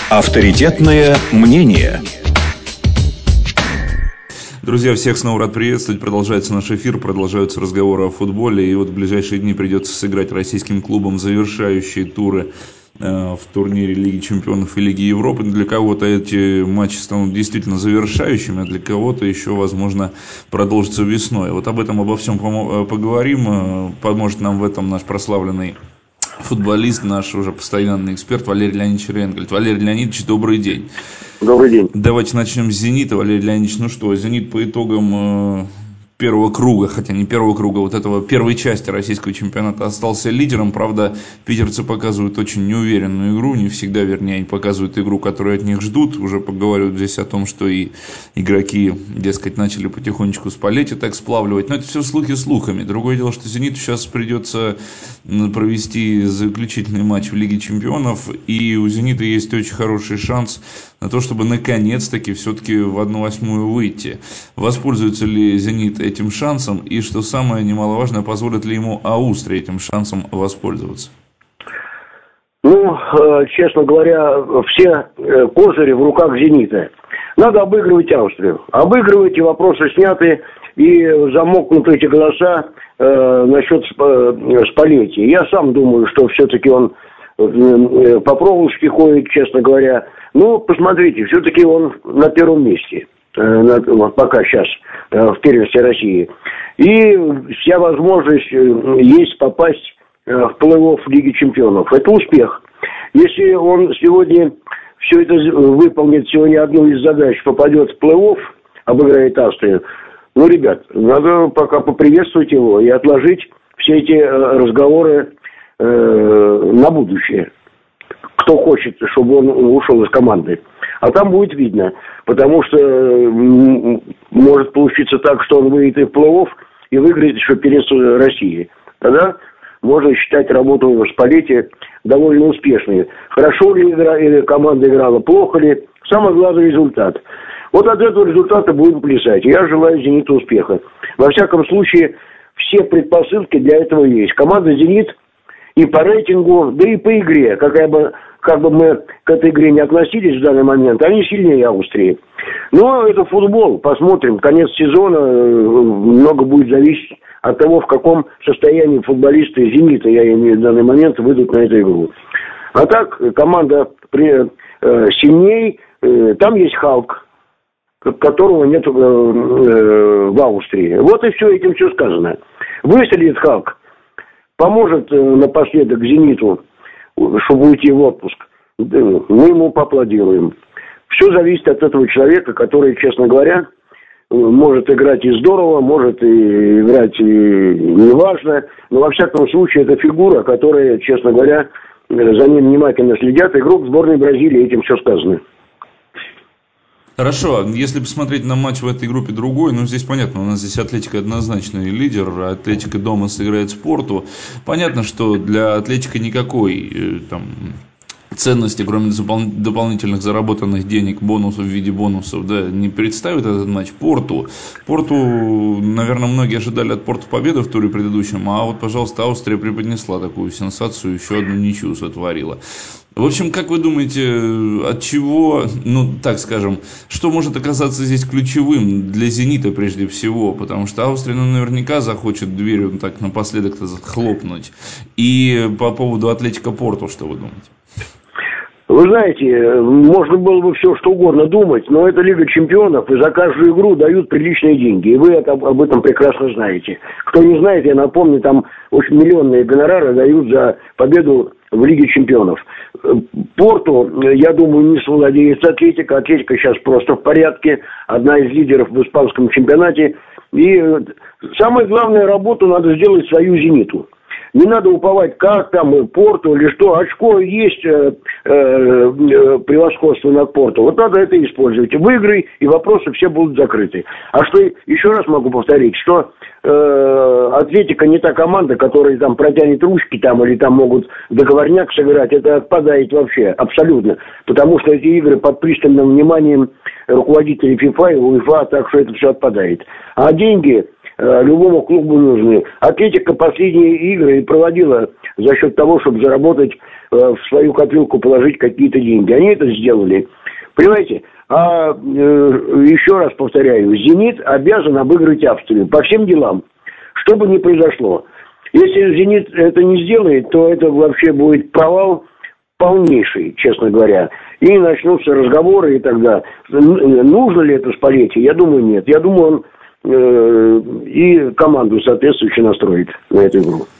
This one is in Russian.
Авторитетное мнение. Друзья, всех снова рад приветствовать. Продолжается наш эфир, продолжаются разговоры о футболе. И вот в ближайшие дни придется сыграть российским клубам завершающие туры в турнире Лиги Чемпионов и Лиги Европы. Для кого-то эти матчи станут действительно завершающими, а для кого-то еще, возможно, продолжится весной. Вот обо всем поговорим. Поможет нам в этом наш прославленный футболист, наш уже постоянный эксперт Валерий Леонидович Ренгольд. Валерий Леонидович, добрый день. Добрый день. Давайте начнем с «Зенита». Валерий Леонидович, ну что, «Зенит» по итогам первого круга, хотя не первого круга, вот этого первой части российского чемпионата остался лидером. Правда, питерцы показывают очень неуверенную игру, не всегда, вернее, они показывают игру, которую от них ждут. Уже поговаривают здесь о том, что и игроки, дескать, начали потихонечку Спалетти так сплавливать. Но это все слухи слухами. Другое дело, что «Зениту» сейчас придется провести заключительный матч в Лиге Чемпионов, и у «Зенита» есть очень хороший шанс на то, чтобы наконец-таки все-таки в 1/8 выйти. Воспользуется ли «Зенит» этим шансом, и, что самое немаловажное, позволит ли ему Аустрия этим шансом воспользоваться? Ну, честно говоря, все козыри в руках «Зенита». Надо обыгрывать Австрию. Обыгрывать, и вопросы сняты, и замолкнут эти голоса насчет Спалетти. Я сам думаю, что все-таки он по проволочке ходит, честно говоря. Ну, посмотрите, все-таки он на первом месте. Пока сейчас в первенстве России. И вся возможность есть попасть в плей-офф Лиги Чемпионов. Это успех. Если он сегодня все это выполнит, сегодня одну из задач, попадет в плей-офф, обыграет Австрию, ну, ребят, надо пока поприветствовать его и отложить все эти разговоры на будущее. Кто хочет, чтобы он ушел из команды. А там будет видно. Потому что может получиться так, что он выйдет и в плей-офф и выиграет еще первенство России. Тогда можно считать работу Спалетти довольно успешной. Хорошо ли команда играла, плохо ли. Самый главный результат. Вот от этого результата будем плясать. Я желаю «Зениту» успеха. Во всяком случае, все предпосылки для этого есть. Команда «Зенит» и по рейтингу, да и по игре, как бы мы к этой игре не относились в данный момент, они сильнее Австрии. Но это футбол, посмотрим. Конец сезона, много будет зависеть от того, в каком состоянии футболисты «Зенита», я имею в виду в данный момент, выйдут на эту игру. А так, команда сильней, там есть Халк, которого нет в Австрии. Вот и все, этим все сказано. Выстрелит Халк, поможет напоследок «Зениту», чтобы уйти в отпуск. Мы ему поаплодируем. Все зависит от этого человека, который, честно говоря, может играть и здорово, может и играть и неважно. Но, во всяком случае, это фигура, которая, честно говоря, за ним внимательно следят. Игрок сборной Бразилии, этим все сказано. Хорошо, если посмотреть на матч в этой группе другой, ну здесь понятно, у нас здесь Атлетико однозначный лидер, Атлетико дома сыграет с Порту. Понятно, что для Атлетико никакой там ценности, кроме дополнительных заработанных денег, бонусов в виде бонусов, да, не представит этот матч Порту. Наверное, многие ожидали от Порту победы в туре предыдущем, а вот, пожалуйста, Австрия преподнесла такую сенсацию, еще одну ничью сотворила. В общем, как вы думаете, от чего, ну, так скажем, что может оказаться здесь ключевым для «Зенита» прежде всего? Потому что Австрия, наверняка захочет дверью так напоследок-то хлопнуть. И по поводу Атлетико Порту, что вы думаете? Вы знаете, можно было бы все что угодно думать, но это Лига Чемпионов, и за каждую игру дают приличные деньги. И вы об этом прекрасно знаете. Кто не знает, я напомню, там очень миллионные гонорары дают за победу в Лиге Чемпионов. Порту, я думаю, не совладеет Атлетико. Атлетико сейчас просто в порядке. Одна из лидеров в испанском чемпионате. И самая главная работа надо сделать свою «Зениту». Не надо уповать, как там, Порту или что. Очко есть превосходство над Порту. Вот надо это использовать. Выиграй, и вопросы все будут закрыты. А что, еще раз могу повторить, что Атлетико не та команда, которая там протянет ручки там, или там могут договорняк сыграть. Это отпадает вообще, абсолютно. Потому что эти игры под пристальным вниманием руководителей ФИФА и УЕФА, так что это все отпадает. А деньги любому клубу нужны. Атлетико последние игры проводила за счет того, чтобы заработать, в свою копилку положить какие-то деньги. Они это сделали. Понимаете? А еще раз повторяю, «Зенит» обязан обыгрывать Австрию по всем делам, что бы ни произошло. Если «Зенит» это не сделает, то это вообще будет провал полнейший, честно говоря. И начнутся разговоры, и тогда нужно ли это Спалетти? Я думаю, нет. Я думаю, он и команду соответствующе настроит на эту игру.